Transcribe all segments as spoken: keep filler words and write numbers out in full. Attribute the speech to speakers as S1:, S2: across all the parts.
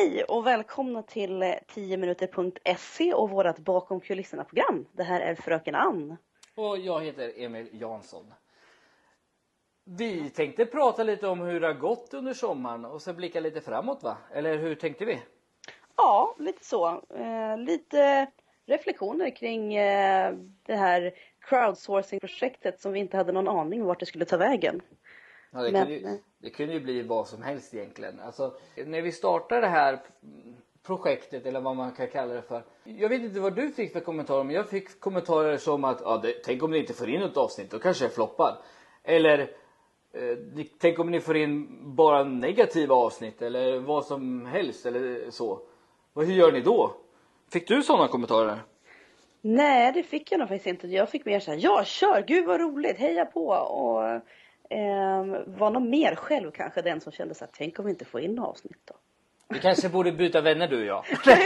S1: Hej och välkomna till tio minuter punkt se och vårat bakom kulisserna-program. Det här är Fröken Ann.
S2: Och jag heter Emil Jansson. Vi tänkte prata lite om hur det har gått under sommaren och så blicka lite framåt, va? Eller hur tänkte vi?
S1: Ja, lite så. Eh, lite reflektioner kring eh, det här crowdsourcing-projektet som vi inte hade någon aning om vart det skulle ta vägen.
S2: Ja, det,
S1: Men,
S2: kunde ju, det kunde ju bli vad som helst egentligen. Alltså, när vi startade det här projektet, eller vad man kan kalla det för. Jag vet inte vad du fick för kommentarer, men jag fick kommentarer som att ja, det, tänk om ni inte får in något avsnitt, då kanske jag floppar. Eller eh, tänk om ni får in bara negativa avsnitt eller vad som helst eller så. Och hur gör ni då? Fick du sådana kommentarer?
S1: Nej, det fick jag nog faktiskt inte. Jag fick mer så här, ja kör, gud vad roligt, heja på. Och eh, var nog mer själv kanske den som kände så här, tänk om vi inte får in avsnitt då.
S2: Vi kanske borde byta vänner du och jag.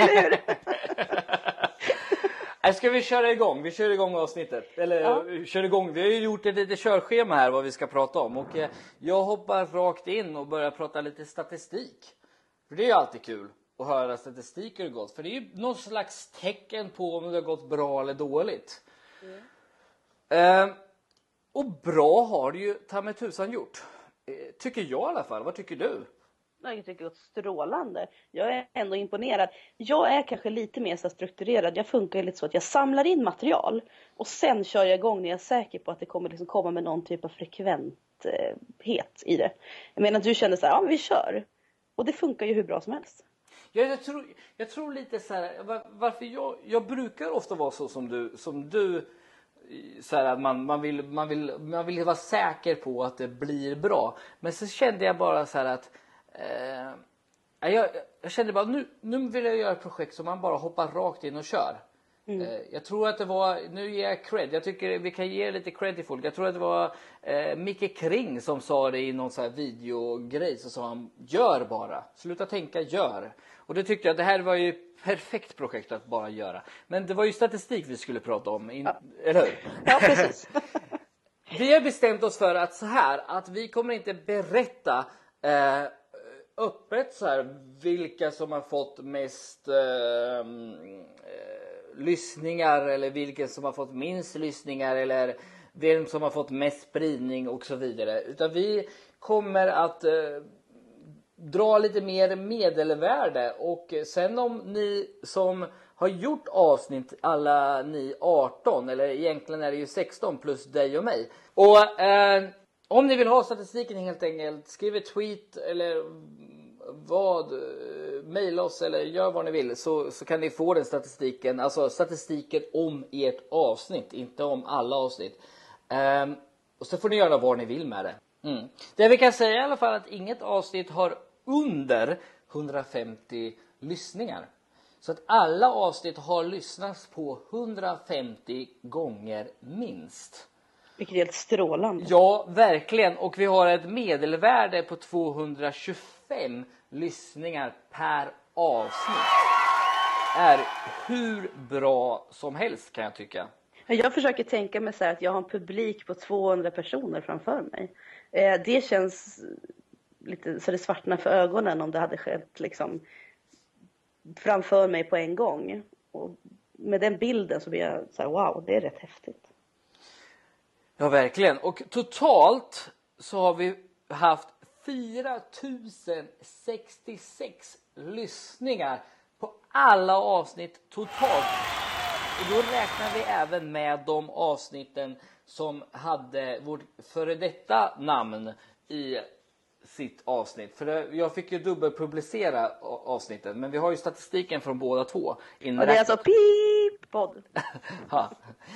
S2: Ska vi köra igång? Vi kör igång avsnittet. Eller ja. kör igång. Vi har ju gjort ett litet körschema här vad vi ska prata om. Och eh, jag hoppar rakt in och börjar prata lite statistik. För det är ju alltid kul att höra statistik hur det gått. För det är ju någon slags tecken på om det har gått bra eller dåligt. Mm. Eh, och bra har det ju ta med tusan gjort. Eh, tycker jag i alla fall. Vad tycker du?
S1: Jag tycker det är strålande. Jag är ändå imponerad. Jag är kanske lite mer så strukturerad. Jag funkar lite så att jag samlar in material. Och sen kör jag igång när jag är säker på att det kommer liksom komma med någon typ av frekventhet i det. Jag menar, du kände så här, ja men vi kör. Och det funkar ju hur bra som helst.
S2: Ja, jag, tror, jag tror lite så här, var, varför jag, jag brukar ofta vara så som du, som du så här, man, man, vill, man, vill, man vill vara säker på att det blir bra. Men så kände jag bara så här att Uh, jag, jag kände bara nu, nu vill jag göra ett projekt som man bara hoppar rakt in och kör. Mm. Uh, jag tror att det var, nu ger jag cred, jag tycker vi kan ge lite cred till folk. Jag tror att det var uh, Micke Kring som sa det i någon sån här videogrej. Så sa han, gör bara, sluta tänka, gör. Och det tyckte jag, det här var ju perfekt projekt att bara göra. Men det var ju statistik vi skulle prata om, in, ja. Eller hur?
S1: Ja, precis.
S2: Vi har bestämt oss för att så här, att vi kommer inte berätta uh, öppet så här, vilka som har fått mest eh, eh, lyssningar eller vilka som har fått minst lyssningar eller vem som har fått mest spridning och så vidare. Utan vi kommer att eh, dra lite mer medelvärde, och sen om ni som har gjort avsnitt, alla ni arton, eller egentligen är det ju sexton plus dig och mig. Och eh, om ni vill ha statistiken helt enkelt, skriv ett tweet eller vad, mejla oss eller gör vad ni vill, så, så kan ni få den statistiken. Alltså statistiken om ert avsnitt, inte om alla avsnitt. Um, och så får ni göra vad ni vill med det. Mm. Det vi kan säga i alla fall att inget avsnitt har under hundrafemtio lyssningar. Så att alla avsnitt har lyssnats på hundrafemtio gånger minst.
S1: Vilket är helt strålande.
S2: Ja, verkligen. Och vi har ett medelvärde på tvåhundratjugofem lyssningar per avsnitt. Är hur bra som helst, kan jag tycka.
S1: Jag försöker tänka mig så här att jag har en publik på tvåhundra personer framför mig. Eh, det känns lite så det svartnar för ögonen om det hade skett liksom framför mig på en gång. Och med den bilden så blir jag så här, wow, det är rätt häftigt.
S2: Ja, verkligen. Och totalt så har vi haft fyra tusen sextiosex lyssningar på alla avsnitt totalt. Och då räknar vi även med de avsnitten som hade vårt före detta namn i sitt avsnitt. För det, jag fick ju dubbelpublicera avsnitten, men vi har ju statistiken från båda två.
S1: Och det är alltså pip-podd.
S2: Ja.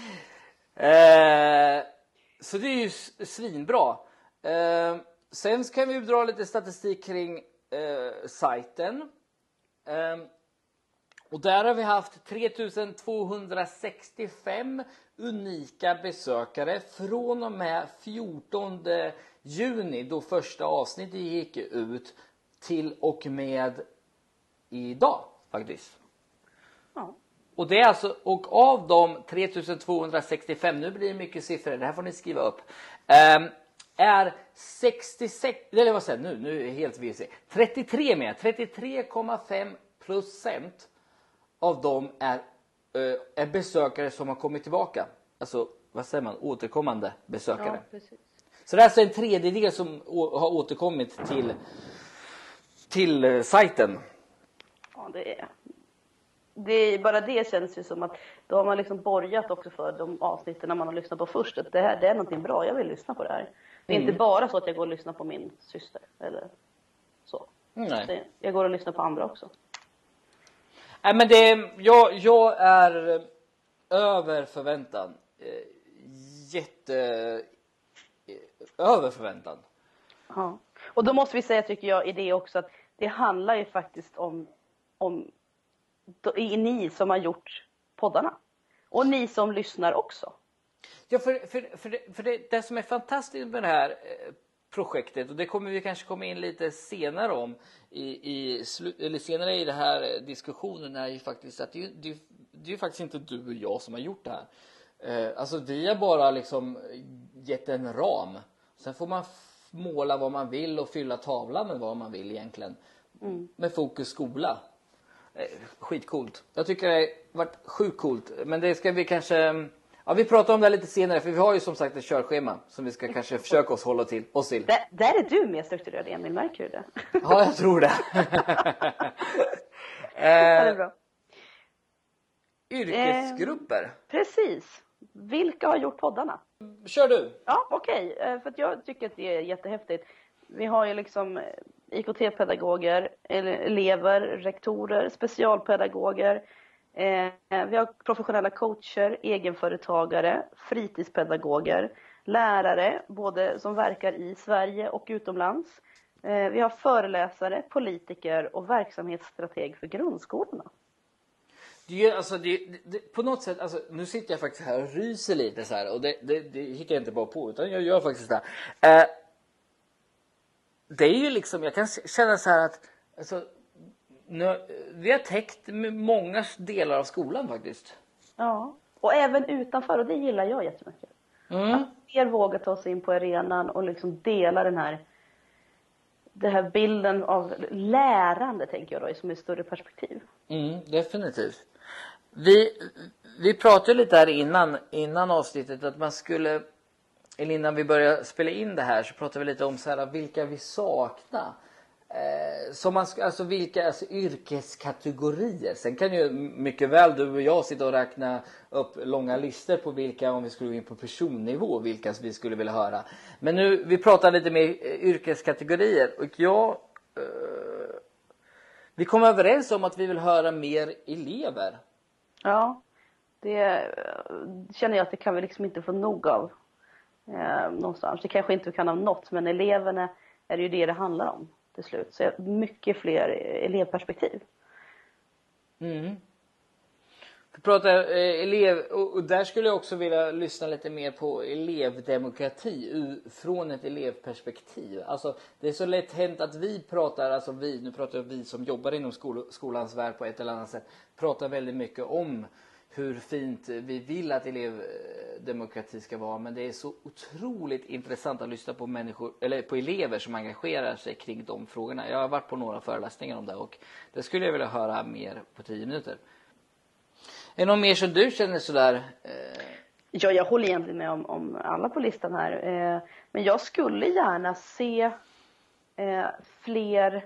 S2: Eh, så det är ju svinbra. Eh, sen kan vi dra lite statistik kring eh, sajten. Eh, och där har vi haft tre tusen tvåhundrasextiofem unika besökare från och med fjortonde juni, då första avsnittet gick ut, till och med idag faktiskt.
S1: Ja.
S2: Och det är alltså, och av de tre tusen tvåhundrasextiofem, nu blir det mycket siffror, det här får ni skriva upp. Um, är sextiosex, eller vad säger nu, nu är jag helt vilse. trettiotre med, trettiotre komma fem procent av dem är, äh, är besökare som har kommit tillbaka. Alltså, vad säger man, återkommande besökare.
S1: Ja, precis.
S2: Så det är alltså en tredjedel som å- har återkommit till, till eh, sajten.
S1: Ja, det är... Det är bara det känns ju som att då har man liksom borgat också för de avsnitten man har lyssnat på först. Att det här det är någonting bra, jag vill lyssna på det här. Det är
S2: Mm.
S1: inte bara så att jag går och lyssnar på min syster eller så.
S2: Nej.
S1: Det, jag går och lyssnar på andra också.
S2: Nej, men det, jag, jag är över förväntan. Eh, Jätte... eh, Över förväntan.
S1: Ja. Och då måste vi säga, tycker jag, i det också att det handlar ju faktiskt om, om då, i, ni som har gjort poddarna. Och ni som lyssnar också.
S2: Ja, för, för, för, det, för det, det som är fantastiskt med det här eh, projektet, och det kommer vi kanske komma in lite senare om i, i, slu, eller senare i den här eh, diskussionen, är ju faktiskt att det, det, det är ju faktiskt inte du och jag som har gjort det här. Eh, alltså vi har bara liksom gett en ram. Sen får man f- måla vad man vill och fylla tavlan med vad man vill egentligen.
S1: Mm.
S2: Med fokus skola. Eh, skitcoolt. Jag tycker det har varit sjukt coolt. Men det ska vi kanske... Ja, vi pratar om det lite senare, för vi har ju som sagt ett körschema som vi ska kanske försöka oss hålla till oss till.
S1: Där, där är du mer strukturerad, Emil, märker du det?
S2: Ja, jag tror det.
S1: Ja, det är
S2: eh,
S1: bra.
S2: yrkesgrupper.
S1: Precis. Vilka har gjort poddarna?
S2: Kör du.
S1: Ja, okej. Okay. För att jag tycker att det är jättehäftigt. Vi har ju liksom eh, I K T-pedagoger, ele- elever, rektorer, specialpedagoger. Eh, vi har professionella coacher, egenföretagare, fritidspedagoger, lärare, både som verkar i Sverige och utomlands. Eh, vi har föreläsare, politiker och verksamhetsstrateg för grundskolorna.
S2: Det är, alltså, det, det, på något sätt, alltså, nu sitter jag faktiskt här och ryser lite så här, och det, det, det hittar jag inte bara på, utan jag gör faktiskt det här. Eh, det är ju liksom, jag kan känna så här att alltså, nu, vi har täckt med många delar av skolan faktiskt.
S1: Ja, och även utanför, och det gillar jag jättemycket.
S2: Mm.
S1: Att fler vågar ta sig in på arenan och liksom dela den här, den här bilden av lärande, tänker jag då, som är större perspektiv.
S2: Mm, definitivt. Vi, vi pratade lite här innan, innan avsnittet att man skulle, eller innan vi började spela in det här så pratade vi lite om så här, vilka vi saknar. Eh, som man, alltså vilka alltså yrkeskategorier. Sen kan ju mycket väl du och jag sitta och räkna upp långa listor på vilka, om vi skulle gå in på personnivå, vilka vi skulle vilja höra. Men nu, vi pratar lite mer yrkeskategorier, och jag eh, vi kom överens om att vi vill höra mer elever.
S1: Ja, det känner jag att det kan vi liksom inte få nog av eh, någonstans. Det kanske inte kan ha något, men eleverna är det ju det det handlar om till slut. Så mycket fler elevperspektiv.
S2: Mm. Vi pratar eh, elev, och, och där skulle jag också vilja lyssna lite mer på elevdemokrati ur, från ett elevperspektiv. Alltså det är så lätt hänt att vi pratar, alltså vi, nu pratar vi som jobbar inom skol, skolans värld på ett eller annat sätt, pratar väldigt mycket om hur fint vi vill att elevdemokrati ska vara, men det är så otroligt intressant att lyssna på människor, eller på elever som engagerar sig kring de frågorna. Jag har varit på några föreläsningar om det, och det skulle jag vilja höra mer på tio minuter. Är det någon mer som du känner sådär? Eh...
S1: Ja, jag håller egentligen med om, om alla på listan här. Eh, men jag skulle gärna se eh, fler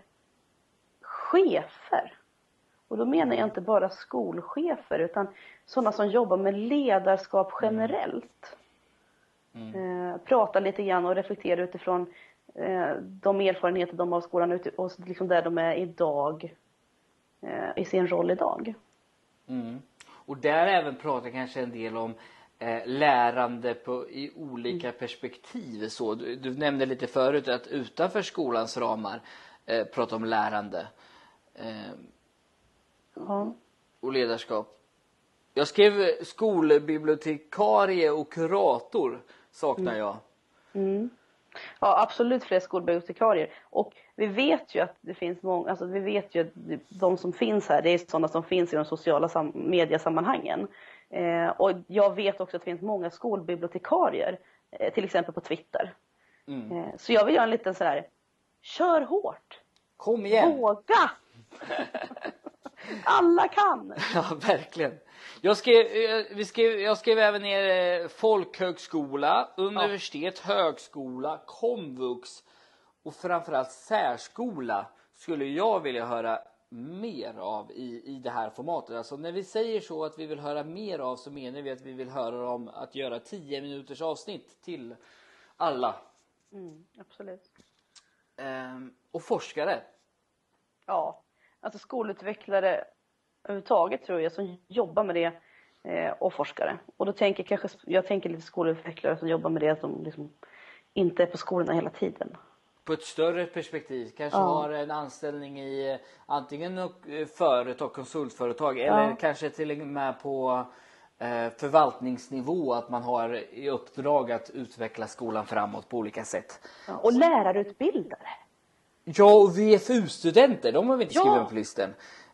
S1: chefer. Och då menar jag inte bara skolchefer, utan sådana som jobbar med ledarskap generellt. Mm. Eh, prata lite grann och reflektera utifrån eh, de erfarenheter de har av skolan och liksom där de är idag, eh, i sin roll idag.
S2: Mm. Och där även pratar kanske en del om eh, lärande på, i olika mm. perspektiv. Så, du, du nämnde lite förut att utanför skolans ramar eh, prata om lärande. Eh,
S1: ja.
S2: Och ledarskap. Jag skrev skolbibliotekarie och kurator saknar
S1: mm.
S2: jag.
S1: Mm. Ja, absolut fler skolbibliotekarier. Och vi vet ju att det finns många, alltså vi vet ju att de som finns här, det är sådana som finns i de sociala sam- mediesammanhangen. Eh, och jag vet också att det finns många skolbibliotekarier, eh, till exempel på Twitter.
S2: Mm.
S1: Eh, så jag vill göra en liten så här, kör hårt.
S2: Kom igen.
S1: Våga. Alla kan.
S2: Ja, verkligen. Jag skrev, vi skrev, jag skrev även ner folkhögskola, universitet, ja. högskola, komvux och framförallt särskola skulle jag vilja höra mer av i, i det här formatet. Alltså när vi säger så att vi vill höra mer av, så menar vi att vi vill höra om att göra tio minuters avsnitt till alla.
S1: Mm, absolut.
S2: Ehm, och forskare.
S1: Ja, alltså skolutvecklare överhuvudtaget tror jag som jobbar med det eh, och forskare. Och då tänker jag kanske, jag tänker lite skolutvecklare som jobbar med det som liksom inte är på skolorna hela tiden.
S2: På ett större perspektiv. Kanske ja. har en anställning i antingen företag, konsultföretag eller ja. kanske till och med på eh, förvaltningsnivå, att man har i uppdrag att utveckla skolan framåt på olika sätt.
S1: Ja, och lärarutbildare.
S2: Ja, och V F U-studenter, de har vi inte skrivit ja. på listan.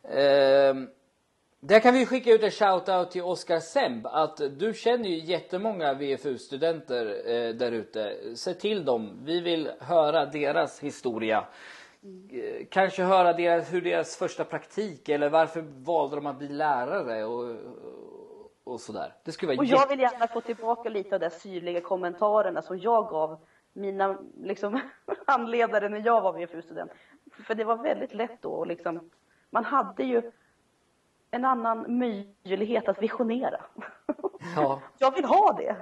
S2: Eh, där kan vi skicka ut en shoutout till Oskar Semb, att du känner ju jättemånga V F U-studenter eh, där ute. Se till dem, vi vill höra deras historia. Mm. Eh, kanske höra deras, hur deras första praktik, eller varför valde de att bli lärare och, och sådär. Det skulle vara
S1: och jag vill gärna få tillbaka lite av de syrliga kommentarerna som jag gav mina liksom, handledare när jag var V F U-student. För det var väldigt lätt då, och liksom, man hade ju en annan möjlighet att visionera.
S2: Ja.
S1: Jag vill ha det.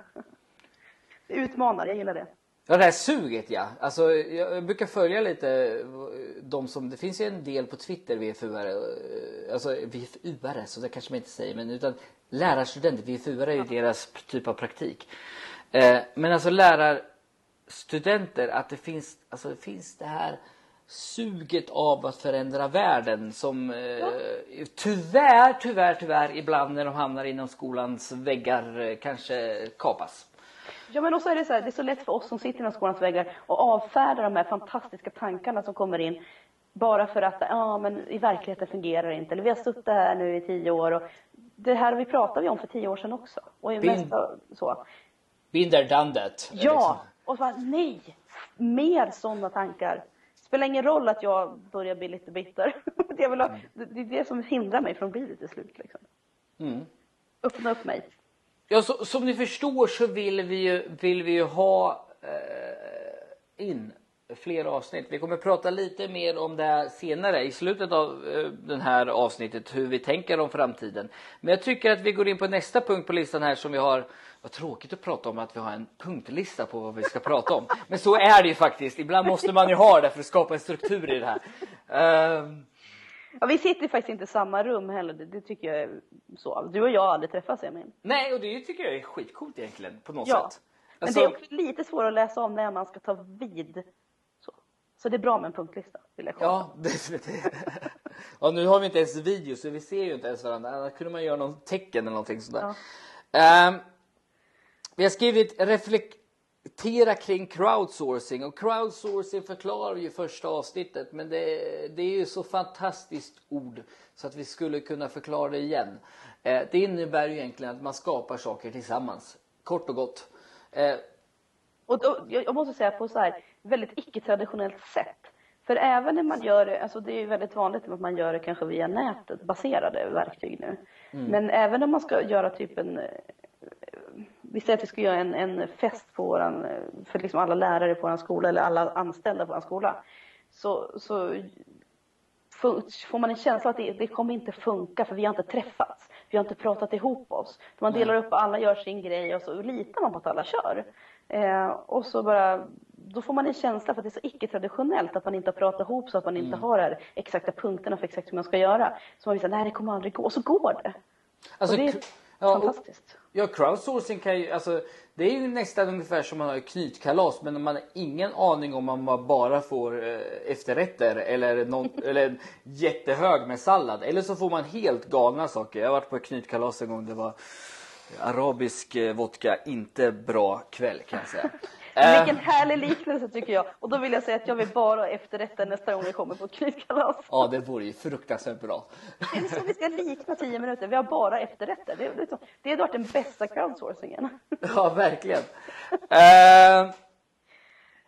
S1: Det utmanar, jag gillar det.
S2: Ja, det här suget, ja. Alltså, jag brukar följa lite de som, det finns ju en del på Twitter V F U-are, alltså V F U-are, så det kanske man inte säger, men utan lärarstudenter, V F U-are är ju ja. deras typ av praktik. Eh, men alltså lärarstudenter, att det finns, alltså det finns det här suget av att förändra världen som ja. eh, tyvärr, tyvärr, tyvärr ibland när de hamnar inom skolans väggar eh, kanske kapas.
S1: Ja, men också är det så här, det är så lätt för oss som sitter inom skolans väggar och avfärda de här fantastiska tankarna som kommer in bara för att ja, men i verkligheten fungerar det inte. Eller vi har suttit här nu i tio år och det här vi pratade vi om för tio år sedan också. Och i
S2: Been,
S1: nästa, så.
S2: Been there, done that.
S1: Ja, liksom. Och så bara, nej, mer sådana tankar. Spelar ingen roll att jag börjar bli lite bitter. Det, vill ha, det är det som hindrar mig från att bli det till slut. Liksom.
S2: Mm.
S1: Öppna upp mig.
S2: Ja, så, som ni förstår så vill vi ju, vill vi ju ha eh, in fler avsnitt. Vi kommer prata lite mer om det här senare i slutet av eh, den här avsnittet, hur vi tänker om framtiden. Men jag tycker att vi går in på nästa punkt på listan här som vi har. Vad tråkigt att prata om att vi har en punktlista på vad vi ska prata om. Men så är det ju faktiskt. Ibland måste man ju ha det för att skapa en struktur i det här. Um...
S1: Ja, vi sitter faktiskt inte i samma rum heller. Det, det tycker jag är så. Du och jag har aldrig träffats, Emil.
S2: Nej, och det tycker jag är skitcoolt egentligen på något
S1: ja.
S2: sätt.
S1: Men
S2: alltså...
S1: det är också lite svårt att läsa om när man ska ta vid. Så, så det är bra med en punktlista. Vill jag
S2: ja, definitivt. Ja, nu har vi inte ens video så vi ser ju inte ens varandra. Annars kunde man göra någon tecken eller någonting sådär. Ja. Um... Vi har skrivit reflektera kring crowdsourcing. Och crowdsourcing förklarar ju första avsnittet. Men det, det är ju så fantastiskt ord så att vi skulle kunna förklara det igen. Eh, det innebär ju egentligen att man skapar saker tillsammans. Kort och gott. Eh,
S1: och då, jag måste säga på så här väldigt icke-traditionellt sätt. För även när man gör det, alltså det är ju väldigt vanligt att man gör det kanske via nätet baserade verktyg nu. Mm. Men även om man ska göra typ en... Vi säger att vi ska göra en, en fest på våran, för liksom alla lärare på vår skola eller alla anställda på vår skola. Så, så får man en känsla att det, det kommer inte funka för vi har inte träffats. Vi har inte pratat ihop oss. Man delar upp och alla gör sin grej och så litar man på att alla kör. Eh, och så bara, då får man en känsla för att det är så icke-traditionellt att man inte har pratat ihop så att man inte mm. har här exakta punkterna för exakt hur man ska göra. Så man vill säga, nej det kommer aldrig gå. Och så går det.
S2: Alltså,
S1: och det är
S2: ja,
S1: fantastiskt.
S2: Ja, crowdsourcing kan ju, alltså, det är ju nästan ungefär som man har knytkalas, men man har ingen aning om man bara får eh, efterrätter eller, någon, eller en jättehög med sallad. Eller så får man helt galna saker. Jag har varit på knytkalas en gång, det var arabisk eh, vodka, inte bra kväll kan jag säga.
S1: Vilken härlig liknelse tycker jag. Och då vill jag säga att jag vill bara ha efterrätter nästa gång vi kommer på knytkalas.
S2: Ja, det vore ju fruktansvärt bra.
S1: Det är så vi ska likna tio minuter. Vi har bara efterrätter. Det är, det är, det är varit den bästa crowdsourcingen.
S2: Ja, verkligen. uh,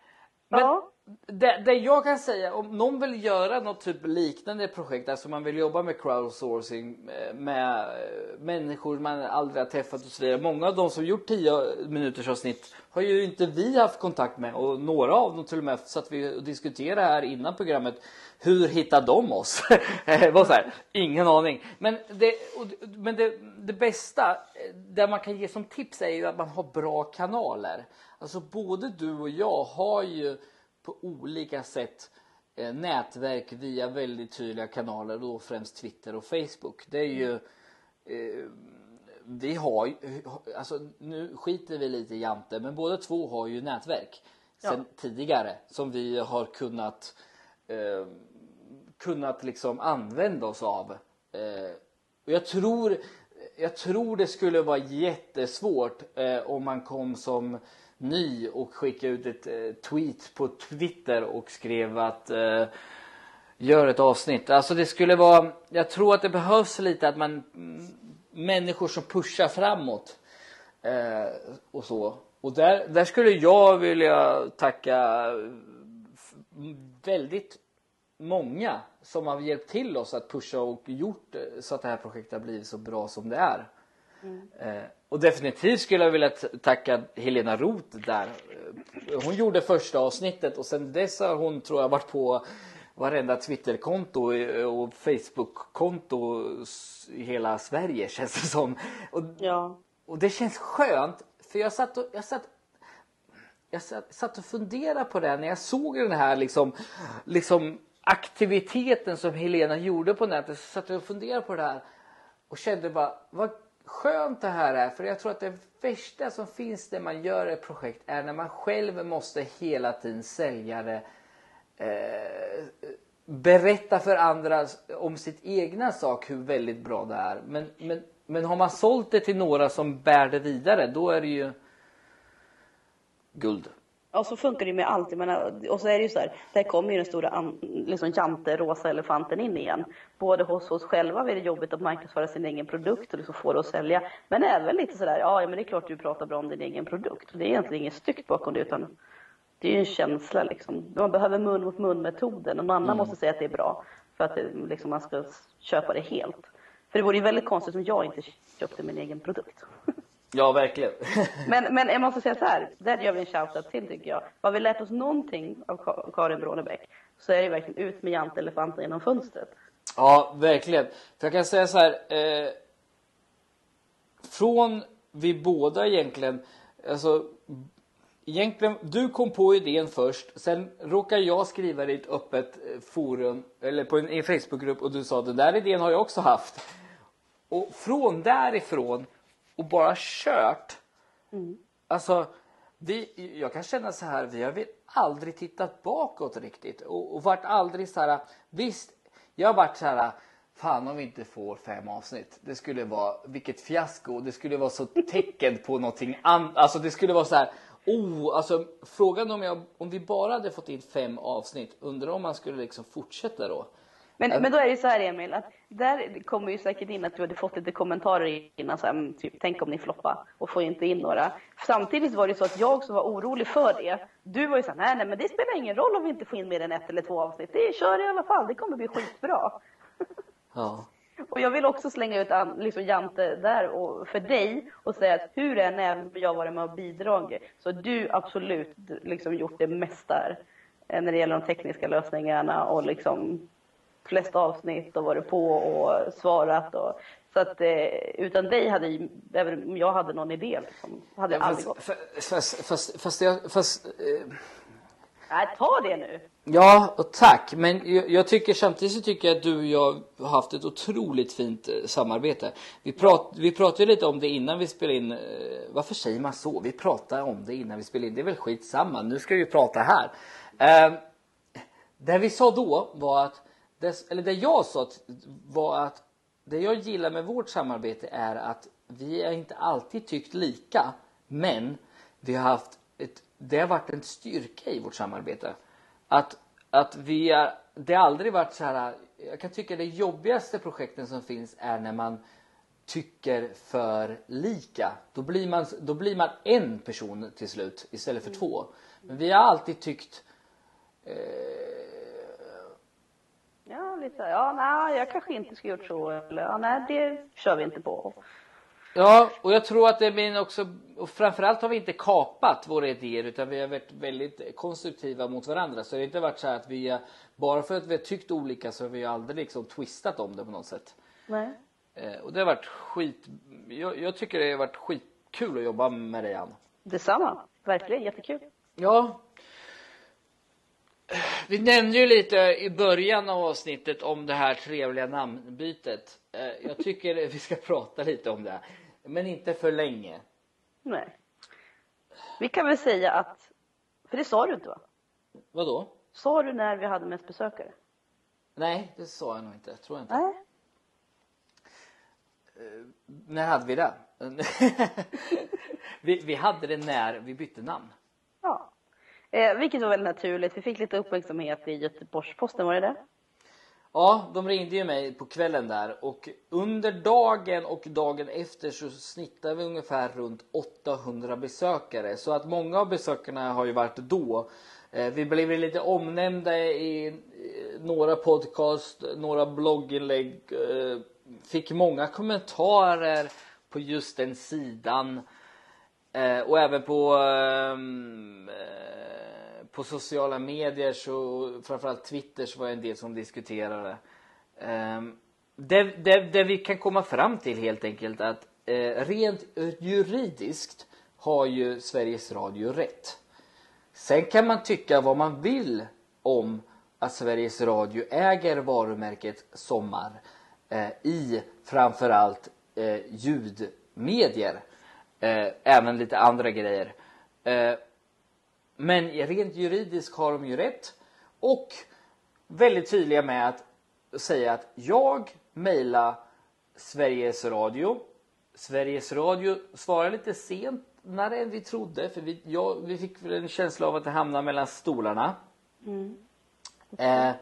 S2: Men
S1: Ja.
S2: det, det jag kan säga, om någon vill göra något typ liknande projekt, alltså man vill jobba med crowdsourcing eh, med eh, människor man aldrig har träffat och så vidare. Många av de som gjort tio minuters avsnitt har ju inte vi haft kontakt med, och några av dem till och med satt vi och diskuterade här innan programmet. Hur hittar de oss? Det var så här, ingen aning. Men, det, och, men det, det bästa där man kan ge som tips är ju att man har bra kanaler. Alltså både du och jag har ju på olika sätt eh, nätverk via väldigt tydliga kanaler, då främst Twitter och Facebook. Det är ju eh, vi har ju, alltså nu skiter vi lite i Jante, men båda två har ju nätverk sen ja. tidigare som vi har kunnat eh, kunnat liksom använda oss av. Eh, och jag tror jag tror det skulle vara jättesvårt eh, om man kom som ny och skickade ut ett eh, tweet på Twitter och skrev att eh, gör ett avsnitt. Alltså det skulle vara, jag tror att det behövs lite att man mm, människor som pushar framåt eh, och så. Och där, där skulle jag vilja tacka väldigt många som har hjälpt till oss att pusha och gjort så att det här projektet har blivit så bra som det är. Mm. Eh, och definitivt skulle jag vilja tacka Helena Roth där. Hon gjorde första avsnittet och sen dess har hon, tror jag, varit på varenda Twitterkonto och Facebookkonto i hela Sverige, känns det som. Och,
S1: ja.
S2: och det känns skönt, för jag satt och, jag satt, jag satt, satt och funderade på det när jag såg den här liksom, liksom aktiviteten som Helena gjorde på nätet. Så satt jag och funderade på det här och kände bara, vad skönt det här är. För jag tror att det värsta som finns när man gör ett projekt är när man själv måste hela tiden sälja det. Eh, berätta för andra om sitt egna sak hur väldigt bra det är. Men, men, men har man sålt det till några som bär det vidare, då är det ju guld.
S1: Ja, så funkar det med allt. Menar, och så är det ju så här, där kommer ju den stora liksom Jante, rosa elefanten in igen. Både hos oss själva är det jobbigt att marknadsföra sin egen produkt och liksom få det att sälja. Men även lite sådär, ja men det är klart du pratar bra om din egen produkt. Det är egentligen inget styckt bakom det, utan det är ju en känsla liksom. Man behöver mun mot mun metoden och någon annan mm. måste säga att det är bra för att det, liksom, man ska köpa det helt. För det vore ju väldigt konstigt om jag inte köpte min egen produkt.
S2: Ja, verkligen.
S1: men, men jag måste säga så här, där gör vi en shoutout till tycker jag. Har vi lärt oss någonting av Karin Brånebäck så är det verkligen ut med Jante elefanten genom fönstret.
S2: Ja, verkligen. För jag kan säga så här, eh, från vi båda egentligen, alltså egentligen, du kom på idén först, sen råkar jag skriva det i ett öppet forum eller på en, en Facebookgrupp och du sa den där idén har jag också haft. Och från därifrån och bara kört. Mm. Alltså, vi, jag kan känna så här, vi har väl aldrig tittat bakåt riktigt. Och, och varit aldrig så här, visst, jag har varit så här, fan om vi inte får fem avsnitt. Det skulle vara, vilket fiasko. Det skulle vara så tecken på någonting annat. Alltså det skulle vara så här, oh, alltså frågan om jag, om vi bara hade fått in fem avsnitt, undrar om man skulle liksom fortsätta då.
S1: Men, men då är det så här, Emil, att där kommer ju säkert in att du hade fått lite kommentarer innan, så här, typ, tänk om ni floppar och får inte in några. Samtidigt var det så att jag som var orolig för det, du var ju så här, nej, nej men det spelar ingen roll om vi inte får in mer än ett eller två avsnitt. Det kör i alla fall, det kommer bli skitbra.
S2: Ja.
S1: Och jag vill också slänga ut liksom Jante där och för dig och säga att hur än är jag varit med och bidragit, så du absolut liksom gjort det mesta här, när det gäller de tekniska lösningarna och liksom flesta avsnitt och varit på och svarat och så att eh, utan dig hade, även om jag hade någon idé liksom, hade
S2: ja,
S1: aldrig
S2: fast,
S1: gått.
S2: Fast, fast, fast, jag, fast eh...
S1: Nej, ta det nu.
S2: Ja, och tack. Men jag, jag tycker samtidigt så tycker jag att du och jag har haft ett otroligt fint eh, samarbete. Vi, prat, vi pratade lite om det innan vi spelade in. Eh, varför säger man så? Vi pratade om det innan vi spelade in. Det är väl skitsamma. Nu ska vi prata här. Eh, det vi sa då var att det, eller det jag sa var att det jag gillar med vårt samarbete är att vi är inte alltid tyckt lika, men vi har haft ett, det har varit en styrka i vårt samarbete. Att, att vi är, det har aldrig varit så här, jag kan tycka det jobbigaste projekten som finns är när man tycker för lika. Då blir man, då blir man en person till slut istället för två. Men vi har alltid tyckt
S1: Ja, lite. Ja, nej, jag kanske inte skulle gjort så. Eller, ja, nej, det kör vi inte på.
S2: Ja, och jag tror att det blir också, och framförallt har vi inte kapat våra idéer utan vi har varit väldigt konstruktiva mot varandra. Så det har inte varit så här att vi, bara för att vi har tyckt olika så har vi aldrig liksom twistat om det på något sätt.
S1: Nej.
S2: Eh, och det har varit skit, jag, jag tycker det har varit skitkul att jobba med dig, Ann.
S1: Detsamma, verkligen jättekul.
S2: Ja. Vi nämnde ju lite i början av avsnittet om det här trevliga namnbytet. Jag tycker vi ska prata lite om det. Men inte för länge.
S1: Nej. Vi kan väl säga att, för det sa du inte, va?
S2: Vadå?
S1: Sa du när vi hade mest besökare?
S2: Nej, det sa jag nog inte. Tror jag inte.
S1: Nej.
S2: Uh, när hade vi det? vi, vi hade det när vi bytte namn.
S1: Ja. Eh, vilket var väldigt naturligt. Vi fick lite uppmärksamhet i Göteborgs-Posten, var det det?
S2: Ja, de ringde ju mig på kvällen där. Och under dagen och dagen efter så snittar vi ungefär runt åttahundra besökare. Så att många av besökarna har ju varit då. Eh, vi blev lite omnämnda i eh, några podcast, några blogginlägg. Eh, fick många kommentarer på just den sidan. Eh, och även på... Eh, På sociala medier, så framförallt Twitter, så var det en del som diskuterade. Um, det, det, det vi kan komma fram till helt enkelt att eh, rent juridiskt har ju Sveriges Radio rätt. Sen kan man tycka vad man vill om att Sveriges Radio äger varumärket Sommar eh, i framförallt eh, ljudmedier. Eh, även lite andra grejer. Eh, Men rent juridiskt har de ju rätt. Och väldigt tydliga med att säga att jag mejlar Sveriges Radio. Sveriges Radio svarar lite sent när än vi trodde. För vi, ja, vi fick en känsla av att det hamnade mellan stolarna. Mm. Eh,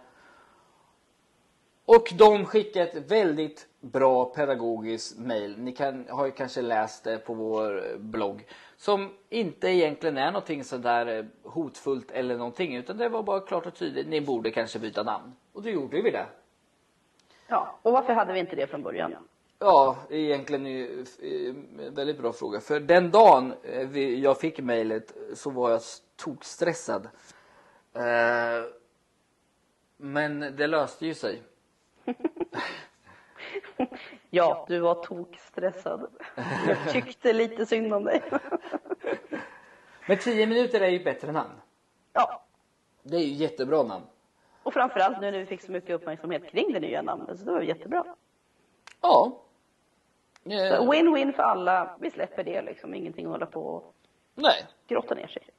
S2: och de skickade ett väldigt bra pedagogiskt mejl. Ni kan, har ju kanske läst det på vår blogg. Som inte egentligen är någonting sådär hotfullt eller någonting. Utan det var bara klart och tydligt. Ni borde kanske byta namn. Och då gjorde vi det.
S1: Ja, och varför hade vi inte det från början?
S2: Ja, egentligen är en väldigt bra fråga. För den dagen jag fick mejlet så var jag tokstressad. Men det löste ju sig.
S1: Ja, du var tokstressad. Jag tyckte lite synd om dig.
S2: Men tio minuter är ju bättre namn.
S1: Ja.
S2: Det är ju jättebra namn.
S1: Och framförallt nu när vi fick så mycket uppmärksamhet kring det nya namnet. Så det var jättebra.
S2: Ja.
S1: Så win-win för alla. Vi släpper det liksom. Ingenting att hålla på och
S2: Nej.
S1: grotta ner sig.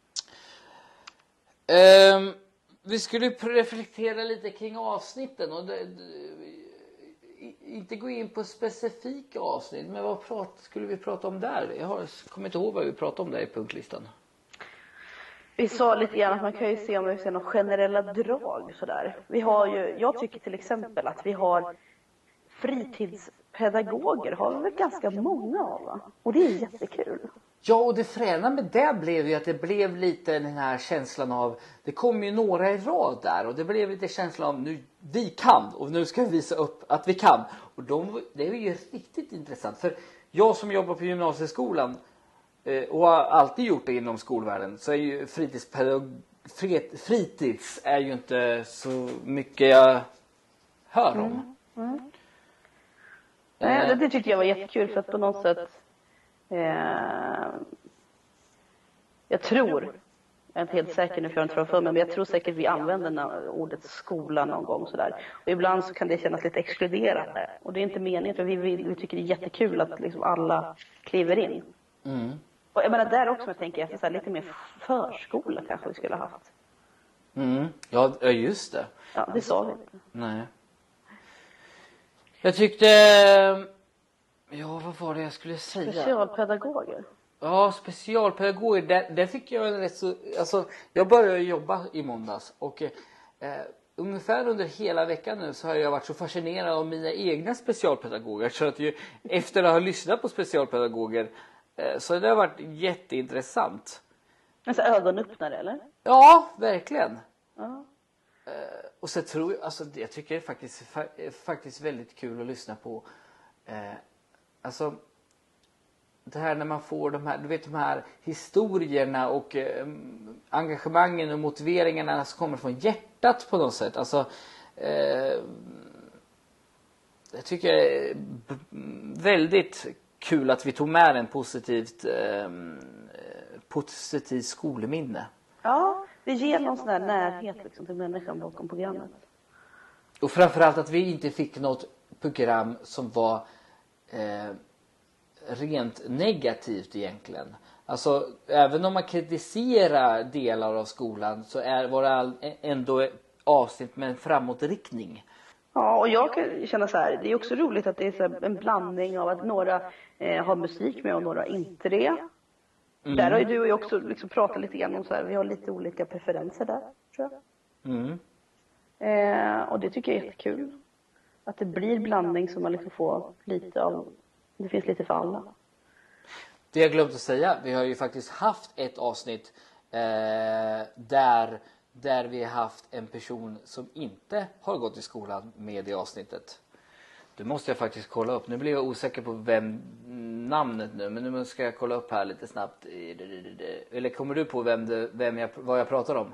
S2: Um, vi skulle reflektera lite kring avsnitten. Och det, det, inte gå in på specifika avsnitt. Men vad prat, skulle vi prata om där? Jag har, kommer inte ihåg vad vi pratade om där i punktlistan.
S1: Vi sa lite grann att man kan ju se om vi ser några generella drag sådär. Vi har ju, jag tycker till exempel att vi har fritidspedagoger. Har vi väl ganska många av, va? Och det är jättekul.
S2: Ja, och det fräna med det blev ju att det blev lite den här känslan av, det kom ju några i rad där och det blev lite känslan av nu vi kan och nu ska vi visa upp att vi kan. Och de, det är ju riktigt intressant, för jag som jobbar på gymnasieskolan eh, och har alltid gjort det inom skolvärlden, så är ju fritidspedagog, frit, fritids är ju inte så mycket jag hör om.
S1: Mm. Mm. Nej, det, det tyckte jag var jättekul, för att på något sätt Eh, jag tror, jag är inte helt säker nu för jag inte för mig, men jag tror säkert vi använder ordet skola någon gång sådär. Och ibland så kan det kännas lite exkluderande. Och det är inte meningen, för vi, vi, vi tycker det är jättekul att liksom alla kliver in. Mm. Och jag menar där också, jag tänker jag, så här, lite mer förskola kanske vi skulle ha haft.
S2: Mm. Ja, just det.
S1: Ja, det sa vi inte.
S2: Nej. Jag tyckte... Ja, vad var det jag skulle säga?
S1: Specialpedagoger.
S2: Ja, specialpedagoger. Där, där fick jag en rätt så... Alltså, jag började jobba i måndags. Och eh, ungefär under hela veckan nu så har jag varit så fascinerad av mina egna specialpedagoger. Så att ju, efter att ha lyssnat på specialpedagoger eh, så det har varit jätteintressant.
S1: En så ögonöppnare, eller?
S2: Ja, verkligen.
S1: Ja.
S2: Och så tror jag, alltså jag tycker det är faktiskt, faktiskt väldigt kul att lyssna på. Eh, alltså det här när man får de här, du vet de här historierna och eh, engagemangen och motiveringarna som kommer från hjärtat på något sätt. Alltså eh, jag tycker det är väldigt kul att vi tog med en positivt eh, positivt skolminne.
S1: Ja, det ger någon sån där närhet liksom, till människan bakom programmet.
S2: Och framförallt att vi inte fick något program som var eh, rent negativt egentligen. Alltså även om man kritiserar delar av skolan så är var det ändå avsnitt med en framåtriktning.
S1: Ja, och jag kan känna så här, det är också roligt att det är så här en blandning av att några eh, har musik med och några inte det. Mm. Där har ju du och jag också liksom pratat lite grann om så här, vi har lite olika preferenser där, tror jag.
S2: Mm.
S1: Eh, och det tycker jag är jättekul. Att det blir blandning så man liksom får lite av, det finns lite för alla.
S2: Det jag glömt att säga, vi har ju faktiskt haft ett avsnitt eh, där, där vi har haft en person som inte har gått i skolan med i avsnittet. Det måste jag faktiskt kolla upp. Nu blir jag osäker på vem namnet nu, men nu ska jag kolla upp här lite snabbt. Eller kommer du på vem, det, vem jag, vad jag pratar om?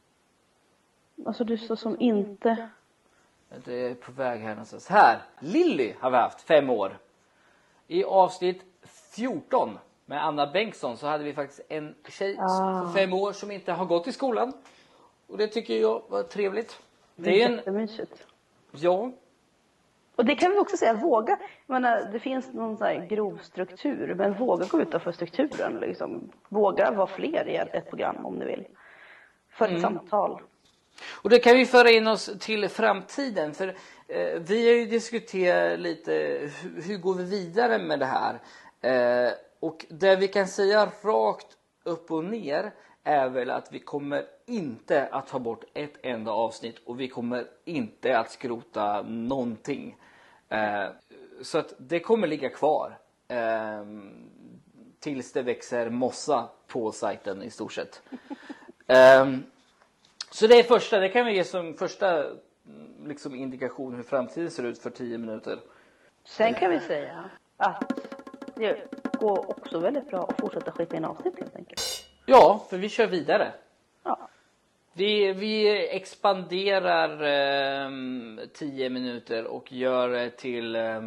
S1: Alltså du så som inte...
S2: Det är på väg här någonstans. Här, Lilly har vi haft fem år. I avsnitt fjorton med Anna Bengtsson så hade vi faktiskt en tjej
S1: Ah.
S2: för fem år som inte har gått i skolan. Och det tycker jag var trevligt.
S1: Det är jättemysigt.
S2: Ja.
S1: Och det kan vi också säga, våga. Jag menar, det finns någon sån här grov struktur, men våga gå utanför strukturen. Liksom. Våga vara fler i ett program om ni vill. För ett mm. samtal.
S2: Och det kan vi föra in oss till framtiden. För eh, vi har ju diskuterat lite hur, hur går vi vidare med det här. Eh, och det vi kan säga rakt upp och ner är väl att vi kommer inte att ta bort ett enda avsnitt. Och vi kommer inte att skrota någonting. Eh, så att det kommer ligga kvar. Eh, tills det växer mossa på sajten i stort sett. Eh, Så det är första, det kan vi ge som första liksom, indikation hur framtiden ser ut för tio minuter.
S1: Sen kan vi säga att det går också väldigt bra att fortsätta skicka in avsnitt helt enkelt.
S2: Ja, för vi kör vidare.
S1: Ja.
S2: Vi, vi expanderar eh, tio minuter och gör det till, eh,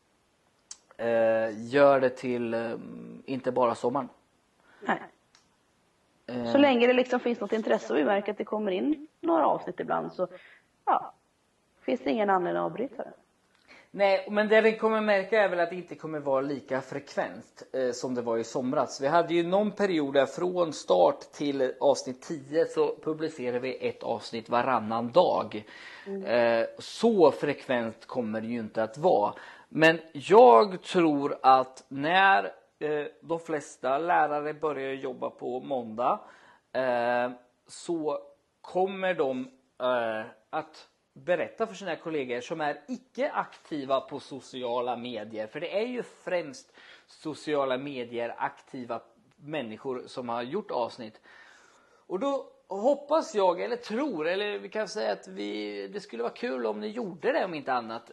S2: gör det till eh, inte bara sommaren.
S1: Nej. Så länge det liksom finns något intresse och vi märker att det kommer in några avsnitt ibland så ja, finns det ingen anledning att avbryta det.
S2: Nej, men det vi kommer märka är väl att det inte kommer vara lika frekvent eh, som det var i somras. Vi hade ju någon period där från start till avsnitt tio så publicerade vi ett avsnitt varannan dag. Mm. Eh, så frekvent kommer det ju inte att vara. Men jag tror att när eh, de flesta lärare börjar jobba på måndag eh, så kommer de eh, att berätta för sina kollegor som är icke aktiva på sociala medier. För det är ju främst sociala medier aktiva människor som har gjort avsnitt. Och då hoppas jag, eller tror, eller vi kan säga att vi, det skulle vara kul om ni gjorde det om inte annat.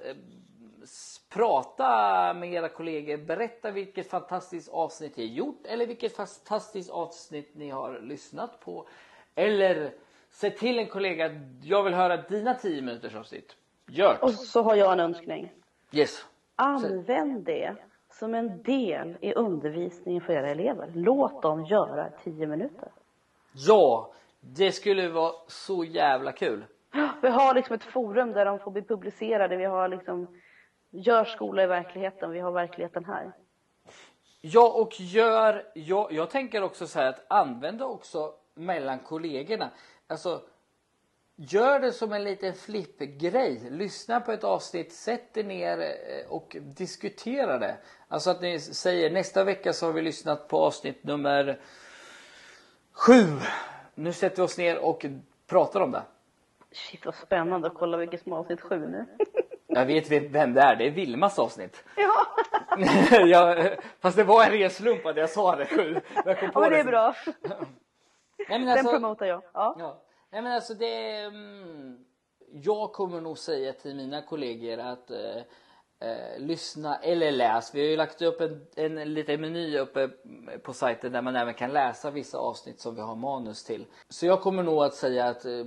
S2: Prata med era kollegor, berätta vilket fantastiskt avsnitt ni har gjort eller vilket fantastiskt avsnitt ni har lyssnat på. Eller säg till en kollega att jag vill höra dina tio minuters avsnitt. Gör det.
S1: Och så har jag en önskning.
S2: Yes.
S1: Använd det som en del i undervisningen för era elever. Låt dem göra tio minuter.
S2: Ja, det skulle vara så jävla kul.
S1: Vi har liksom ett forum där de får bli publicerade. Vi har liksom gör skola i verkligheten. Vi har verkligheten här.
S2: Ja, och gör, jag, jag tänker också så här att använda också mellan kollegorna. Alltså, gör det som en liten flippgrej. Lyssna på ett avsnitt, sätt er ner och diskutera det. Alltså att ni säger, nästa vecka så har vi lyssnat på avsnitt nummer sju. Nu sätter vi oss ner och pratar om det.
S1: Shit, vad spännande att kolla vilket som avsnitt sju nu.
S2: Jag vet vem det är, det är Vilmas avsnitt.
S1: Ja.
S2: jag, fast det var en ren slump att jag sa det sju. Jag kom på
S1: ja, men det är
S2: det.
S1: bra.
S2: Nej, men alltså,
S1: den promotar jag. Ja.
S2: Ja. Nej men alltså det... Mm, jag kommer nog säga till mina kollegor att eh, eh, lyssna eller läs. Vi har ju lagt upp en, en liten meny uppe på sajten där man även kan läsa vissa avsnitt som vi har manus till. Så jag kommer nog att säga att eh,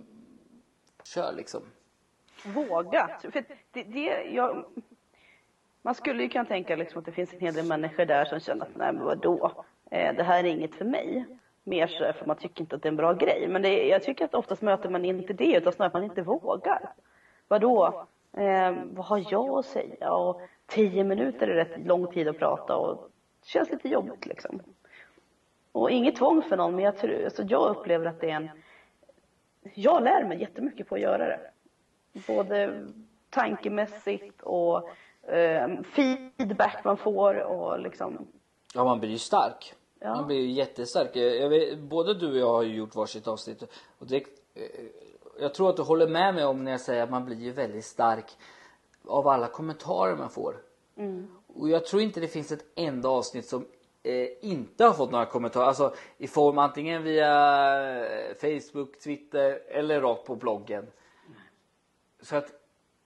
S2: kör liksom.
S1: Våga. För det, det, jag, man skulle ju kunna tänka liksom att det finns en hel del människor där som känner att nej men vadå, eh, det här är inget för mig. Mer så för man tycker inte att det är en bra grej. Men det, jag tycker att oftast möter man inte det utan snarare att man inte vågar. Vadå? Eh, vad har jag att säga? Och tio minuter är rätt lång tid att prata och det känns lite jobbigt liksom. Och inget tvång för någon, men jag, tror, alltså jag upplever att det är en... Jag lär mig jättemycket på att göra det. Både tankemässigt och eh, feedback man får och liksom...
S2: Ja, man blir ju stark.
S1: Ja.
S2: Man blir ju jättestark. Jag vet, både du och jag har ju gjort varsitt avsnitt. Och det, jag tror att du håller med mig om när jag säger att man blir ju väldigt stark av alla kommentarer man får.
S1: Mm.
S2: Och jag tror inte det finns ett enda avsnitt som eh, inte har fått några kommentarer. Alltså i form antingen via Facebook, Twitter eller rakt på bloggen. Så att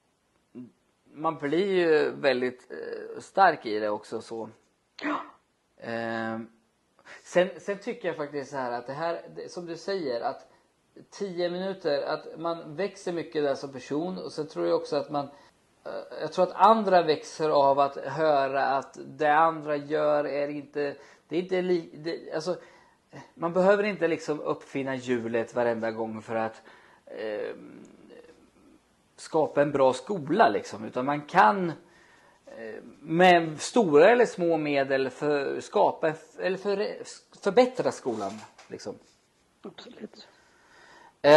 S2: man blir ju väldigt eh, stark i det också så.
S1: Ja.
S2: Eh, sen, sen tycker jag faktiskt så här att det här, det, som du säger, att tio minuter, att man växer mycket där som person. Och sen tror jag också att man, eh, jag tror att andra växer av att höra att det andra gör är inte, det är inte li, det, alltså, man behöver inte liksom uppfinna hjulet varenda gång för att eh, skapa en bra skola liksom, utan man kan med stora eller små medel för skapa eller för, förbättra skolan liksom.
S1: Absolut.
S2: Eh,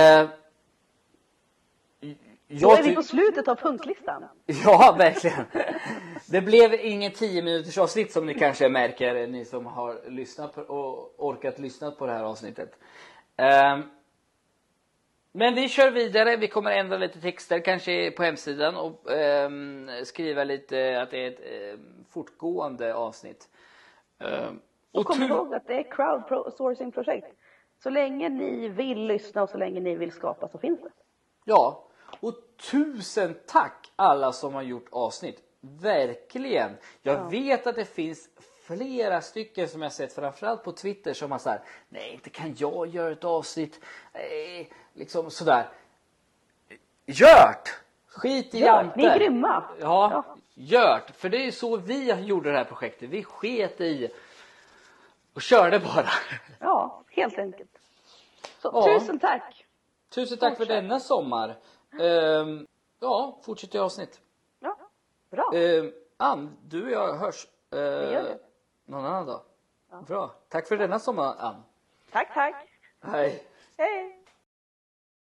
S1: Då är vi på slutet av punktlistan.
S2: Ja, verkligen. Det blev ingen tio minuters avsnitt som ni kanske märker, ni som har lyssnat på, och orkat lyssna på det här avsnittet. Eh, Men vi kör vidare. Vi kommer ändra lite texter kanske på hemsidan och eh, skriva lite att det är ett eh, fortgående avsnitt. Eh,
S1: och
S2: och
S1: kom
S2: tu-
S1: ihåg att det är crowdsourcing-projekt. Så länge ni vill lyssna och så länge ni vill skapa så finns det.
S2: Ja, och tusen tack alla som har gjort avsnitt. Verkligen. Jag
S1: Ja.
S2: vet att det finns flera stycken som jag sett framförallt på Twitter som har så här: nej, inte kan jag göra ett avsnitt. Eh, liksom sådär. Gjort! Skit i
S1: Gör,
S2: Jante.
S1: ni är grymma.
S2: Ja,
S1: Ja.
S2: gjort. För det är ju så vi gjorde det här projektet. Vi sket i och körde bara.
S1: Ja, helt enkelt. Så
S2: Ja.
S1: tusen tack.
S2: Tusen tack för denna sommar. Ehm, ja, fortsätt i avsnitt.
S1: Ja, bra.
S2: Uh, Ann, du och jag hörs uh,
S1: gör det.
S2: någon annan dag.
S1: Ja.
S2: Bra. Tack för denna sommar, Ann.
S1: Tack, tack.
S2: Hej.